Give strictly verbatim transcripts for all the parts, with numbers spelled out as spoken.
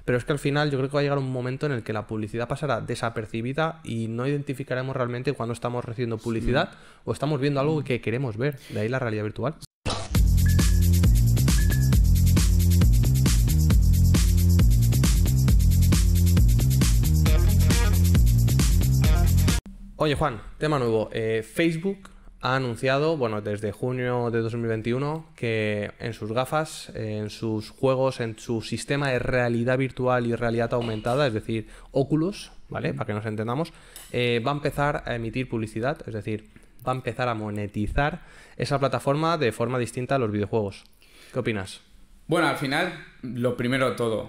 pero es que al final yo creo que va a llegar un momento en el que la publicidad pasará desapercibida y no identificaremos realmente cuando estamos recibiendo publicidad sí. o estamos viendo algo que queremos ver. De ahí la realidad virtual. Oye Juan, tema nuevo. Eh, Facebook ha anunciado, bueno, desde junio de dos mil veintiuno, que en sus gafas, en sus juegos, en su sistema de realidad virtual y realidad aumentada, es decir, Oculus, ¿vale? Para que nos entendamos, eh, va a empezar a emitir publicidad, es decir, va a empezar a monetizar esa plataforma de forma distinta a los videojuegos. ¿Qué opinas? Bueno, al final, lo primero de todo,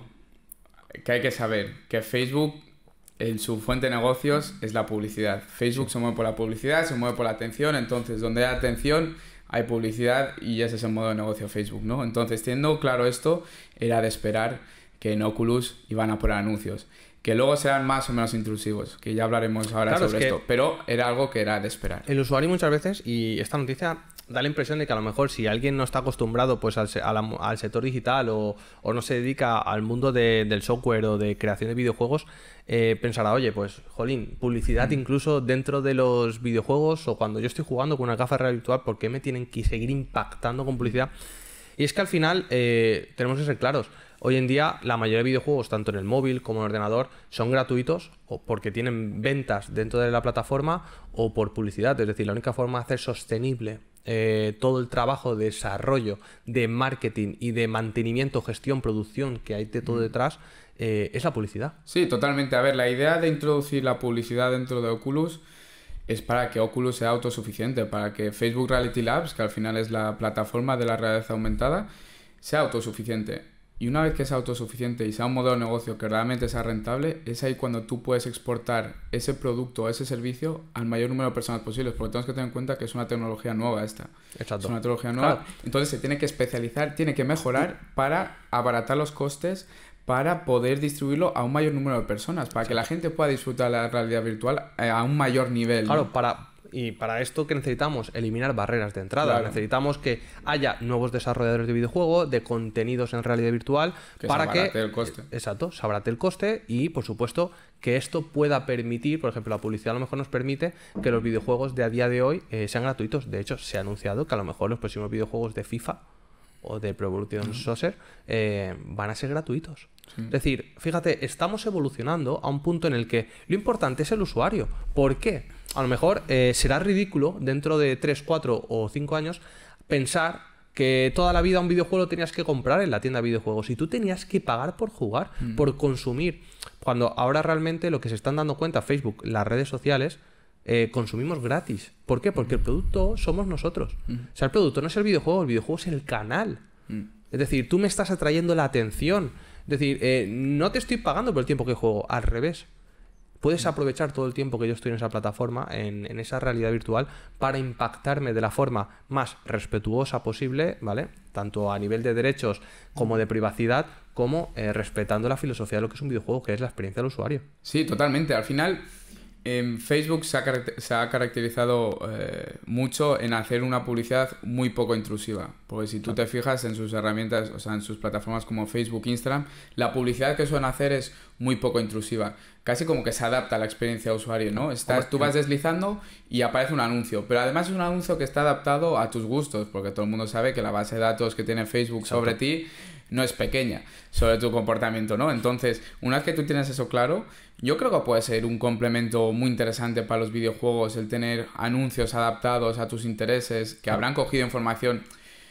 que hay que saber que Facebook, en su fuente de negocios, es la publicidad. Facebook sí. se mueve por la publicidad, se mueve por la atención, entonces donde hay atención hay publicidad y ese es el modo de negocio de Facebook, ¿no? Entonces, teniendo claro esto, era de esperar que en Oculus iban a poner anuncios, que luego serán más o menos intrusivos, que ya hablaremos ahora claro, sobre es que esto, pero era algo que era de esperar. El usuario muchas veces, y esta noticia da la impresión de que a lo mejor si alguien no está acostumbrado pues al, al, al sector digital o, o no se dedica al mundo de, del software o de creación de videojuegos, eh, pensará, oye, pues, jolín, publicidad mm. incluso dentro de los videojuegos o cuando yo estoy jugando con una gafa de realidad virtual, ¿por qué me tienen que seguir impactando con publicidad? Y es que al final eh, tenemos que ser claros. Hoy en día la mayoría de videojuegos, tanto en el móvil como en el ordenador, son gratuitos o porque tienen ventas dentro de la plataforma o por publicidad. Es decir, la única forma de hacer sostenible eh, todo el trabajo de desarrollo, de marketing y de mantenimiento, gestión, producción que hay de todo detrás eh, es la publicidad. Sí, totalmente. A ver, la idea de introducir la publicidad dentro de Oculus es para que Oculus sea autosuficiente, para que Facebook Reality Labs, que al final es la plataforma de la realidad aumentada, sea autosuficiente. Y una vez que sea autosuficiente y sea un modelo de negocio que realmente sea rentable, es ahí cuando tú puedes exportar ese producto o ese servicio al mayor número de personas posibles, porque tenemos que tener en cuenta que es una tecnología nueva esta. Exacto. Es una tecnología nueva, claro. Entonces se tiene que especializar, tiene que mejorar para abaratar los costes, para poder distribuirlo a un mayor número de personas, para Exacto. que la gente pueda disfrutar la realidad virtual a un mayor nivel. Claro, ¿no? para... Y para esto, ¿qué necesitamos? Eliminar barreras de entrada. Claro. Necesitamos que haya nuevos desarrolladores de videojuegos, de contenidos en realidad virtual, que para se que... abarate el coste. Exacto, se abarate el coste y, por supuesto, que esto pueda permitir, por ejemplo, la publicidad a lo mejor nos permite que los videojuegos de a día de hoy eh, sean gratuitos. De hecho, se ha anunciado que a lo mejor los próximos videojuegos de FIFA o de Pro Evolution Soccer eh, van a ser gratuitos. Sí. Es decir, fíjate, estamos evolucionando a un punto en el que lo importante es el usuario. ¿Por qué? A lo mejor eh, será ridículo dentro de tres, cuatro o cinco años pensar que toda la vida un videojuego lo tenías que comprar en la tienda de videojuegos y tú tenías que pagar por jugar, mm. por consumir. Cuando ahora realmente lo que se están dando cuenta Facebook, las redes sociales, eh, consumimos gratis. ¿Por qué? Porque mm. el producto somos nosotros. Mm. O sea, el producto no es el videojuego, el videojuego es el canal. Mm. Es decir, tú me estás atrayendo la atención. Es decir, eh, no te estoy pagando por el tiempo que juego, al revés. Puedes aprovechar todo el tiempo que yo estoy en esa plataforma, en, en esa realidad virtual, para impactarme de la forma más respetuosa posible, ¿vale? Tanto a nivel de derechos como de privacidad, como eh, respetando la filosofía de lo que es un videojuego, que es la experiencia del usuario. Sí, totalmente. Al final, eh, Facebook se ha, se ha caracterizado eh, mucho en hacer una publicidad muy poco intrusiva. Porque si tú te fijas en sus herramientas, o sea, en sus plataformas como Facebook, Instagram, la publicidad que suelen hacer es muy poco intrusiva. Casi como que se adapta a la experiencia de usuario, ¿no? Estás, tú vas deslizando y aparece un anuncio, pero además es un anuncio que está adaptado a tus gustos, porque todo el mundo sabe que la base de datos que tiene Facebook Exacto. sobre ti no es pequeña, sobre tu comportamiento, ¿no? Entonces, una vez que tú tienes eso claro, yo creo que puede ser un complemento muy interesante para los videojuegos el tener anuncios adaptados a tus intereses, que habrán cogido información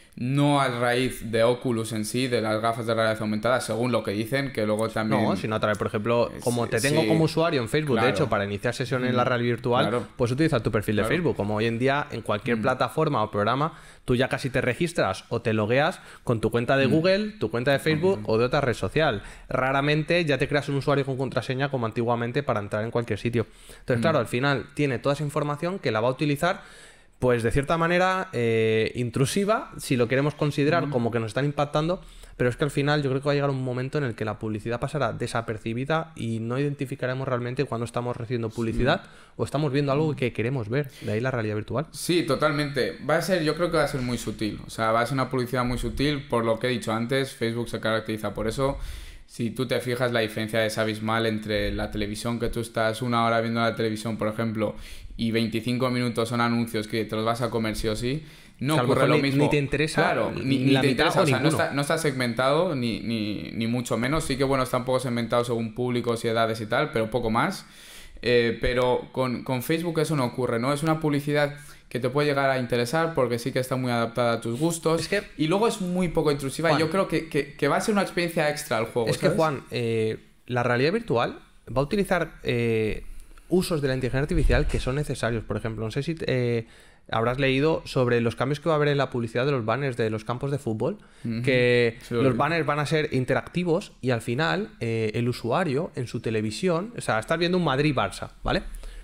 no a raíz de Oculus en sí, de las gafas de realidad aumentada, según lo que dicen, que luego también... No, sino a través, por ejemplo, como te tengo sí, como usuario en Facebook, claro. de hecho, para iniciar sesión en la realidad virtual, claro. pues utiliza tu perfil claro. de Facebook. Como hoy en día, en cualquier mm. plataforma o programa, tú ya casi te registras o te logueas con tu cuenta de mm. Google, tu cuenta de Facebook mm. o de otra red social. Raramente ya te creas un usuario con contraseña como antiguamente para entrar en cualquier sitio. Entonces, mm. claro, al final tiene toda esa información que la va a utilizar pues de cierta manera eh, intrusiva, si lo queremos considerar mm. como que nos están impactando, pero es que al final yo creo que va a llegar un momento en el que la publicidad pasará desapercibida y no identificaremos realmente cuando estamos recibiendo publicidad sí. o estamos viendo algo que queremos ver, de ahí la realidad virtual. Sí, totalmente. Va a ser, yo creo que va a ser muy sutil, o sea, va a ser una publicidad muy sutil, por lo que he dicho antes, Facebook se caracteriza por eso. si tú te fijas, la diferencia es abismal entre la televisión, que tú estás una hora viendo la televisión, por ejemplo, y veinticinco minutos son anuncios que te los vas a comer sí o sí. No o sea, ocurre lo ni, mismo. Ni te interesa, claro, ni, ni la te mitad interesa, o, o sea, no ninguno. está, no está segmentado, ni, ni, ni mucho menos. Sí que, bueno, está un poco segmentado según públicos y edades y tal, pero poco más. Eh, pero con, con Facebook eso no ocurre, ¿no? Es una publicidad que te puede llegar a interesar porque sí que está muy adaptada a tus gustos. Es que, y luego es muy poco intrusiva. Juan, y yo creo que, que, que va a ser una experiencia extra al juego. Es ¿sabes? que, Juan, eh, la realidad virtual va a utilizar eh, usos de la inteligencia artificial que son necesarios. Por ejemplo, no sé si eh, habrás leído sobre los cambios que va a haber en la publicidad de los banners de los campos de fútbol, uh-huh. que sí, los banners van a ser interactivos y al final eh, el usuario en su televisión, o sea, estás viendo un Madrid-Barça, ¿vale?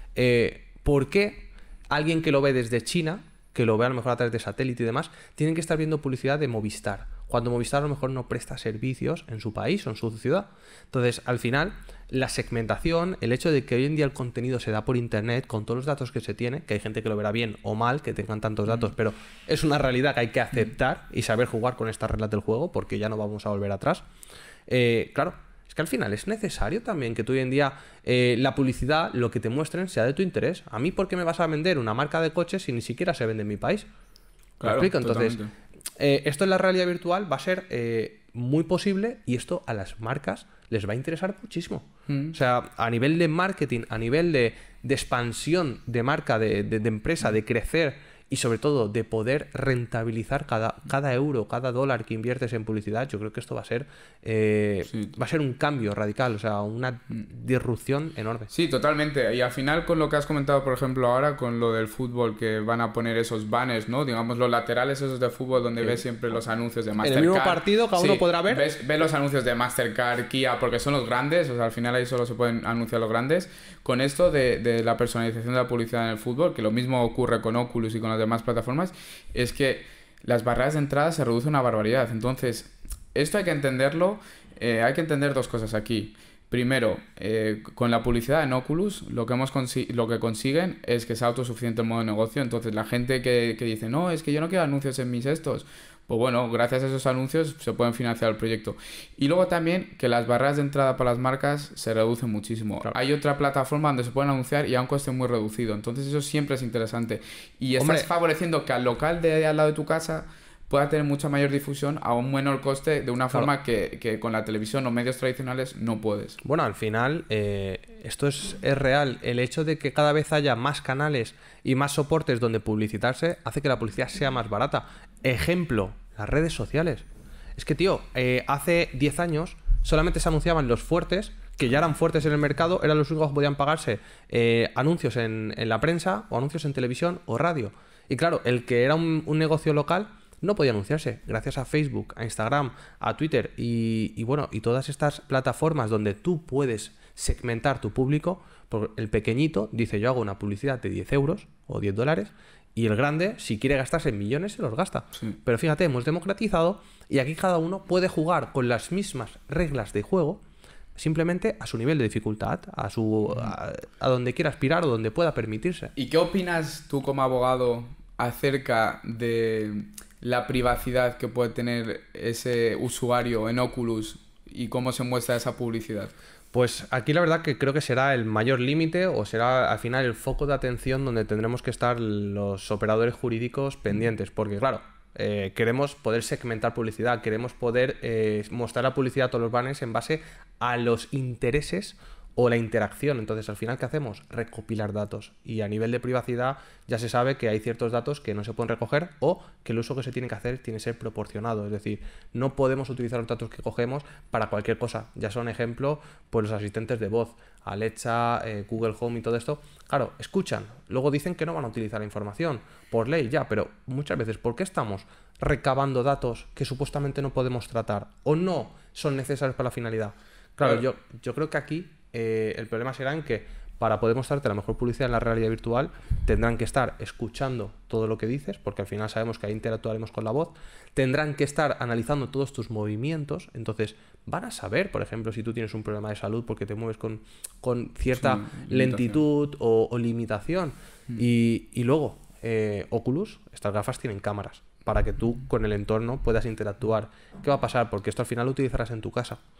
Eh, ¿Por qué alguien que lo ve desde China, que lo ve a lo mejor a través de satélite y demás, tienen que estar viendo publicidad de Movistar, cuando Movistar a lo mejor no presta servicios en su país o en su ciudad? Entonces, al final, la segmentación, el hecho de que hoy en día el contenido se da por internet, con todos los datos que se tiene, que hay gente que lo verá bien o mal, que tengan tantos datos, mm. pero es una realidad que hay que aceptar y saber jugar con estas reglas del juego, porque ya no vamos a volver atrás. Eh, claro, es que al final es necesario también que tú hoy en día eh, la publicidad, lo que te muestren, sea de tu interés. A mí, ¿por qué me vas a vender una marca de coches si ni siquiera se vende en mi país? Claro, ¿Me explico? Entonces, totalmente. Eh, esto en la realidad virtual va a ser eh, muy posible y esto a las marcas les va a interesar muchísimo. Mm. O sea, a nivel de marketing, a nivel de, de expansión de marca, de, de, de empresa, mm. de crecer y sobre todo de poder rentabilizar cada, cada euro, cada dólar que inviertes en publicidad, yo creo que esto va a ser eh, sí. va a ser un cambio radical, o sea, una disrupción enorme. Sí, totalmente. Y al final, con lo que has comentado, por ejemplo, ahora con lo del fútbol, que van a poner esos banners, ¿no? Digamos, los laterales esos de fútbol donde sí. ves siempre los anuncios de Mastercard. En el mismo partido cada sí. uno podrá ver. Ves, ves los anuncios de Mastercard, Kia, porque son los grandes, o sea, al final ahí solo se pueden anunciar los grandes. Con esto de, de la personalización de la publicidad en el fútbol, que lo mismo ocurre con Oculus y con las demás plataformas, es que las barreras de entrada se reducen una barbaridad. Entonces, esto hay que entenderlo, eh, hay que entender dos cosas aquí. Primero, eh, con la publicidad en Oculus, lo que, hemos consi- lo que consiguen es que sea autosuficiente el modo de negocio. Entonces, la gente que, que dice, no, es que yo no quiero anuncios en mis estos, pues bueno, gracias a esos anuncios se pueden financiar el proyecto. Y luego también que las barreras de entrada para las marcas se reducen muchísimo. Claro. Hay otra plataforma donde se pueden anunciar y a un coste muy reducido. Entonces eso siempre es interesante. Y estás Hombre. favoreciendo que al local de al lado de tu casa pueda tener mucha mayor difusión a un menor coste de una claro. forma que, que con la televisión o medios tradicionales no puedes. Bueno, al final eh, esto es, es real. El hecho de que cada vez haya más canales y más soportes donde publicitarse hace que la publicidad sea más barata. Ejemplo, las redes sociales. Es que, tío, eh, hace diez años solamente se anunciaban los fuertes, que ya eran fuertes en el mercado, eran los únicos que podían pagarse eh, anuncios en, en la prensa o anuncios en televisión o radio. Y claro, el que era un, un negocio local no podía anunciarse. Gracias a Facebook, a Instagram, a Twitter y, y bueno, y todas estas plataformas donde tú puedes segmentar tu público, porque el pequeñito dice yo hago una publicidad de diez euros o diez dólares y el grande, si quiere gastarse en millones, se los gasta. Sí. Pero fíjate, hemos democratizado y aquí cada uno puede jugar con las mismas reglas de juego, simplemente a su nivel de dificultad, a su a, a donde quiera aspirar o donde pueda permitirse. ¿Y qué opinas tú como abogado acerca de la privacidad que puede tener ese usuario en Oculus y cómo se muestra esa publicidad? Pues aquí la verdad que creo que será el mayor límite o será al final el foco de atención donde tendremos que estar los operadores jurídicos pendientes, porque claro, eh, queremos poder segmentar publicidad, queremos poder eh, mostrar la publicidad a todos los banners en base a los intereses o la interacción. Entonces, al final, ¿qué hacemos? Recopilar datos. Y a nivel de privacidad ya se sabe que hay ciertos datos que no se pueden recoger o que el uso que se tiene que hacer tiene que ser proporcionado. Es decir, no podemos utilizar los datos que cogemos para cualquier cosa. Ya son ejemplo, pues los asistentes de voz, Alexa, eh, Google Home y todo esto. Claro, escuchan. Luego dicen que no van a utilizar la información por ley, ya, pero muchas veces, ¿por qué estamos recabando datos que supuestamente no podemos tratar o no son necesarios para la finalidad? Claro, claro. Yo, yo creo que aquí Eh, el problema será en que para poder mostrarte la mejor publicidad en la realidad virtual tendrán que estar escuchando todo lo que dices, porque al final sabemos que ahí interactuaremos con la voz, tendrán que estar analizando todos tus movimientos, entonces van a saber, por ejemplo, si tú tienes un problema de salud porque te mueves con, con cierta sí, lentitud o, o limitación. Mm. Y, y luego, eh, Oculus, estas gafas tienen cámaras para que tú con el entorno puedas interactuar. ¿Qué va a pasar? Porque esto al final lo utilizarás en tu casa.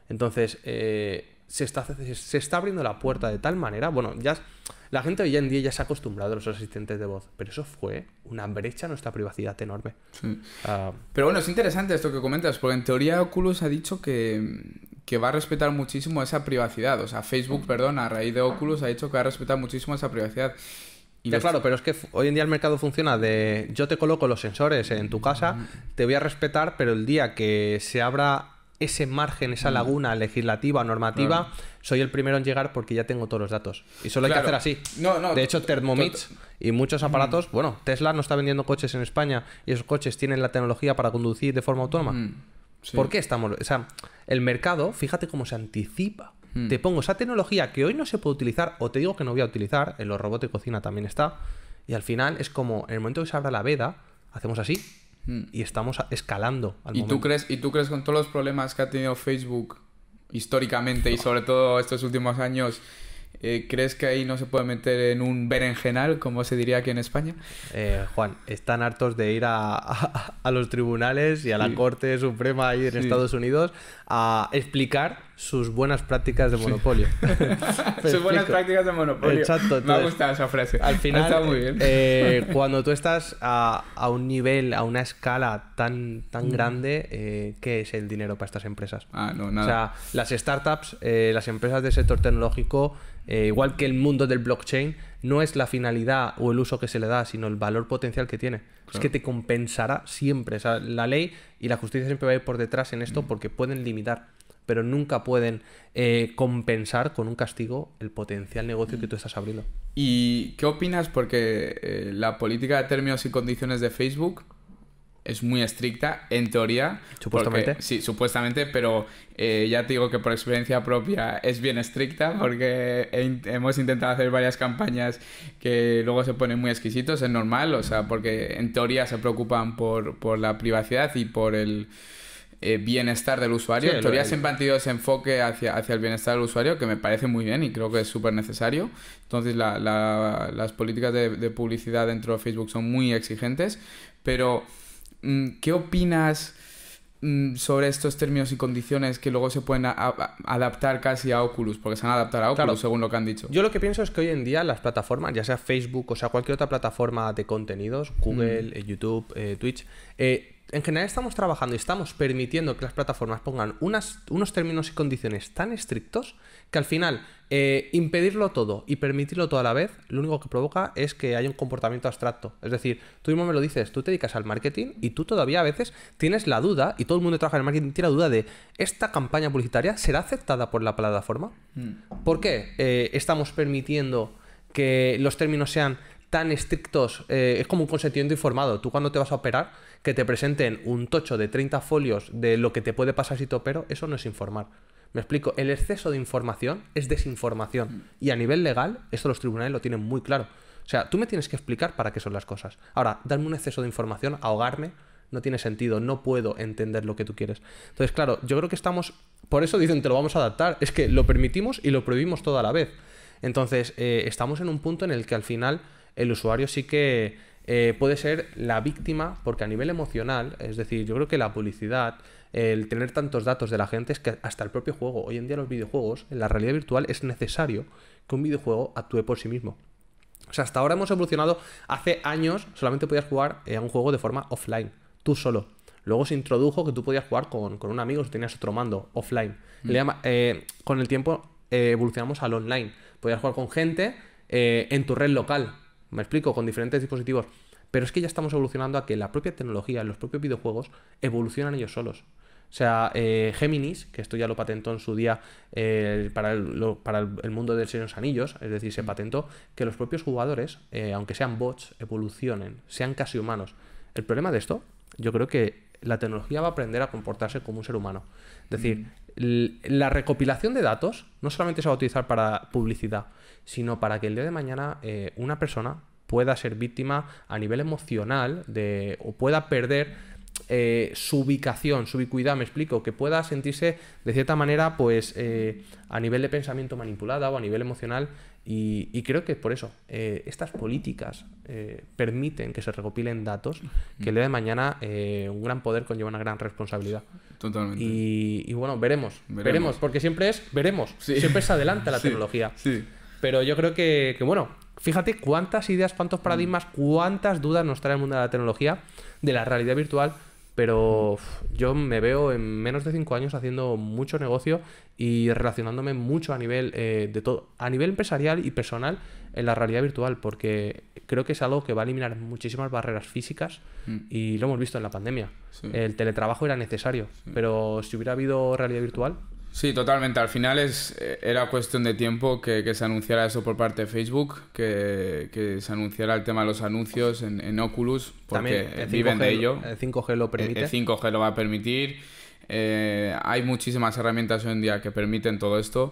Entonces, eh, se, está, se está abriendo la puerta de tal manera, bueno, ya la gente hoy en día ya se ha acostumbrado a los asistentes de voz, pero eso fue una brecha a nuestra privacidad enorme. Sí. Uh, pero bueno, es interesante esto que comentas, porque en teoría Oculus ha dicho que, que va a respetar muchísimo esa privacidad. O sea, Facebook, perdón, a raíz de Oculus ha dicho que va a respetar muchísimo esa privacidad. Y los... Claro, pero es que hoy en día el mercado funciona de yo te coloco los sensores en tu casa, te voy a respetar, pero el día que se abra ese margen, esa laguna legislativa, normativa, claro, soy el primero en llegar porque ya tengo todos los datos. Y solo hay claro. que hacer así. No, no, de hecho, Thermomix y muchos aparatos, mm. bueno, Tesla no está vendiendo coches en España y esos coches tienen la tecnología para conducir de forma autónoma. Mm. Sí. ¿Por qué estamos...? O sea, el mercado, fíjate cómo se anticipa. Mm. Te pongo esa tecnología que hoy no se puede utilizar, o te digo que no voy a utilizar, en los robots de cocina también está, y al final es como, en el momento que se abra la veda, hacemos así, mm. y estamos escalando al ¿Y momento. tú crees, ¿Y tú crees con todos los problemas que ha tenido Facebook históricamente, y sobre todo estos últimos años, eh, crees que ahí no se puede meter en un berenjenal, como se diría aquí en España? Eh, Juan, están hartos de ir a, a, a los tribunales y a la sí. Corte Suprema ahí en sí. Estados Unidos a explicar sus buenas prácticas de monopolio. Sí. Sus buenas prácticas de monopolio. Exacto. Entonces, me ha gustado esa frase. Al final, está muy bien. Eh, cuando tú estás a, a un nivel, a una escala tan, tan mm. grande, eh, ¿qué es el dinero para estas empresas? Ah, no, nada. O sea, las startups, eh, las empresas del sector tecnológico, eh, igual que el mundo del blockchain, no es la finalidad o el uso que se le da, sino el valor potencial que tiene. Claro. Es que te compensará siempre. O sea, la ley y la justicia siempre va a ir por detrás en esto mm. porque pueden limitar, pero nunca pueden eh, compensar con un castigo el potencial negocio que tú estás abriendo. ¿Y qué opinas? Porque eh, la política de términos y condiciones de Facebook es muy estricta, en teoría. ¿Supuestamente? Porque, sí, supuestamente, pero eh, ya te digo que por experiencia propia es bien estricta, porque he, hemos intentado hacer varias campañas que luego se ponen muy exquisitos, es normal, o sea, porque en teoría se preocupan por, por la privacidad y por el... Eh, bienestar del usuario. Sí, en teoría siempre han tenido ese enfoque hacia, hacia el bienestar del usuario, que me parece muy bien y creo que es súper necesario. Entonces la, la, las políticas de, de publicidad dentro de Facebook son muy exigentes, pero ¿qué opinas sobre estos términos y condiciones que luego se pueden a, a, adaptar casi a Oculus? Porque se van a adaptar a Oculus, claro, según lo que han dicho. Yo lo que pienso es que hoy en día las plataformas, ya sea Facebook o sea cualquier otra plataforma de contenidos, Google, mm. eh, YouTube, eh, Twitch, eh, en general estamos trabajando y estamos permitiendo que las plataformas pongan unas, unos términos y condiciones tan estrictos que al final eh, impedirlo todo y permitirlo todo a la vez, lo único que provoca es que haya un comportamiento abstracto. Es decir, tú mismo me lo dices, tú te dedicas al marketing y tú todavía a veces tienes la duda, y todo el mundo que trabaja en el marketing tiene la duda de ¿esta campaña publicitaria será aceptada por la plataforma? Mm. ¿Por qué eh, estamos permitiendo que los términos sean tan estrictos? Eh, es como un consentimiento informado. Tú cuando te vas a operar, que te presenten un tocho de treinta folios de lo que te puede pasar si te opero, eso no es informar. Me explico, el exceso de información es desinformación. Mm. Y a nivel legal, esto los tribunales lo tienen muy claro. O sea, tú me tienes que explicar para qué son las cosas. Ahora, darme un exceso de información, ahogarme, no tiene sentido, no puedo entender lo que tú quieres. Entonces, claro, yo creo que estamos... Por eso dicen, te lo vamos a adaptar. Es que lo permitimos y lo prohibimos todo a la vez. Entonces, eh, estamos en un punto en el que al final el usuario sí que eh, puede ser la víctima, porque a nivel emocional, es decir, yo creo que la publicidad, el tener tantos datos de la gente, es que hasta el propio juego, hoy en día los videojuegos, en la realidad virtual, es necesario que un videojuego actúe por sí mismo. O sea, hasta ahora hemos evolucionado. Hace años solamente podías jugar a un juego de forma offline, tú solo. Luego se introdujo que tú podías jugar con, con un amigo si tenías otro mando, offline. Mm. Le llama, eh, con el tiempo eh, evolucionamos al online. Podías jugar con gente eh, en tu red local, me explico, con diferentes dispositivos. Pero es que ya estamos evolucionando a que la propia tecnología, los propios videojuegos, evolucionan ellos solos. O sea, eh, Géminis, que esto ya lo patentó en su día eh, para, el, lo, para el, el mundo del Señor de los Anillos, es decir, se patentó que los propios jugadores, eh, aunque sean bots, evolucionen, sean casi humanos. El problema de esto, yo creo que la tecnología va a aprender a comportarse como un ser humano. Es decir, mm. la recopilación de datos no solamente se va a utilizar para publicidad, sino para que el día de mañana eh, una persona pueda ser víctima a nivel emocional de, o pueda perder eh, su ubicación, su ubicuidad, me explico, que pueda sentirse de cierta manera pues eh, a nivel de pensamiento manipulada o a nivel emocional. Y, y creo que por eso eh, estas políticas eh, permiten que se recopilen datos que el día de mañana eh, un gran poder conlleva una gran responsabilidad. Totalmente. Y, y bueno, veremos, veremos, Veremos. porque siempre es, veremos, Sí. siempre es adelante la Sí, tecnología. sí. Pero yo creo que, que, bueno, fíjate cuántas ideas, cuántos paradigmas, cuántas dudas nos trae el mundo de la tecnología, de la realidad virtual. Pero uf, yo me veo en menos de cinco años haciendo mucho negocio y relacionándome mucho a nivel eh, de todo, a nivel empresarial y personal en la realidad virtual, porque creo que es algo que va a eliminar muchísimas barreras físicas Mm. y lo hemos visto en la pandemia. Sí. El teletrabajo era necesario, Sí. pero si hubiera habido realidad virtual... Sí, totalmente. Al final es, eh, era cuestión de tiempo que, que se anunciara eso por parte de Facebook, que, que se anunciara el tema de los anuncios en, en Oculus, porque También el viven 5G, de ello. El cinco G lo permite. El, el cinco G lo va a permitir. Eh, hay muchísimas herramientas hoy en día que permiten todo esto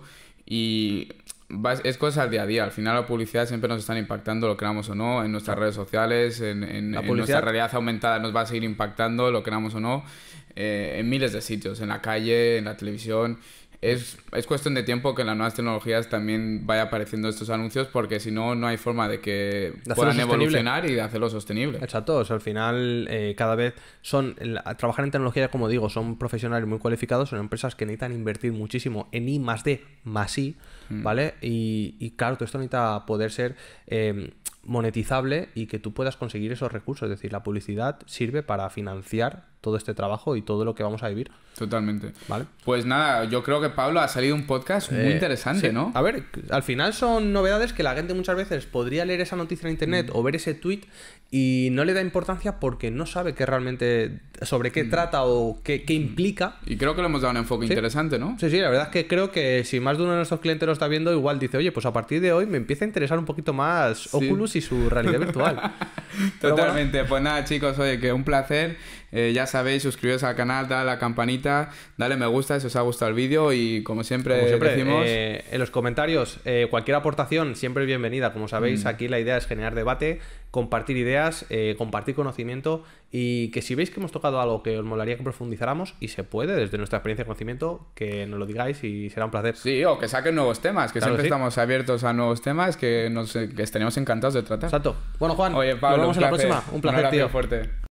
y va- es cosa al día a día. Al final la publicidad siempre nos están impactando, lo queramos o no, en nuestras redes sociales, en, en- La en publicidad- nuestra realidad aumentada nos va a seguir impactando, lo queramos o no, eh, en miles de sitios, en la calle, en la televisión. Es, es cuestión de tiempo que en las nuevas tecnologías también vaya apareciendo estos anuncios, porque si no, no hay forma de que hacerlo puedan sostenible. evolucionar y de hacerlo sostenible. Exacto, o sea, al final eh, cada vez son, el- a trabajar en tecnología, como digo, son profesionales muy cualificados, son empresas que necesitan invertir muchísimo en I más D más I, Mm. ¿vale? Y, y claro, todo esto necesita poder ser eh, monetizable y que tú puedas conseguir esos recursos, es decir, la publicidad sirve para financiar todo este trabajo y todo lo que vamos a vivir, Totalmente. ¿vale? Pues nada, yo creo que Pablo ha salido un podcast muy Eh, interesante, sí. ¿no? A ver, al final son novedades que la gente muchas veces podría leer esa noticia en internet Mm. o ver ese tweet y no le da importancia porque no sabe qué realmente sobre Mm. qué trata o qué, qué implica. Y creo que le hemos dado un enfoque Sí. interesante, ¿no? Sí, sí, la verdad es que creo que si más de uno de nuestros clientes lo está viendo, igual dice, oye, pues a partir de hoy me empieza a interesar un poquito más Sí. Oculus y su realidad virtual. Pero bueno, Totalmente. Pues nada, chicos, oye, que un placer. Eh, ya sabéis, suscribiros al canal, dale a la campanita, dale me gusta si os ha gustado el vídeo y como siempre, como siempre, decimos... eh, en los comentarios, eh, cualquier aportación siempre es bienvenida. Como sabéis, Mm. aquí la idea es generar debate, compartir ideas, eh, compartir conocimiento y que si veis que hemos tocado algo que os molaría que profundizáramos y se puede desde nuestra experiencia y conocimiento, que nos lo digáis y será un placer. Sí, o que saquen nuevos temas, que Claro siempre que sí. estamos abiertos a nuevos temas que, nos, que estaremos encantados de tratar. Exacto. Bueno, Juan, Oye, Pablo, nos vemos un en la placer. próxima. Un placer, abrazo tío. fuerte.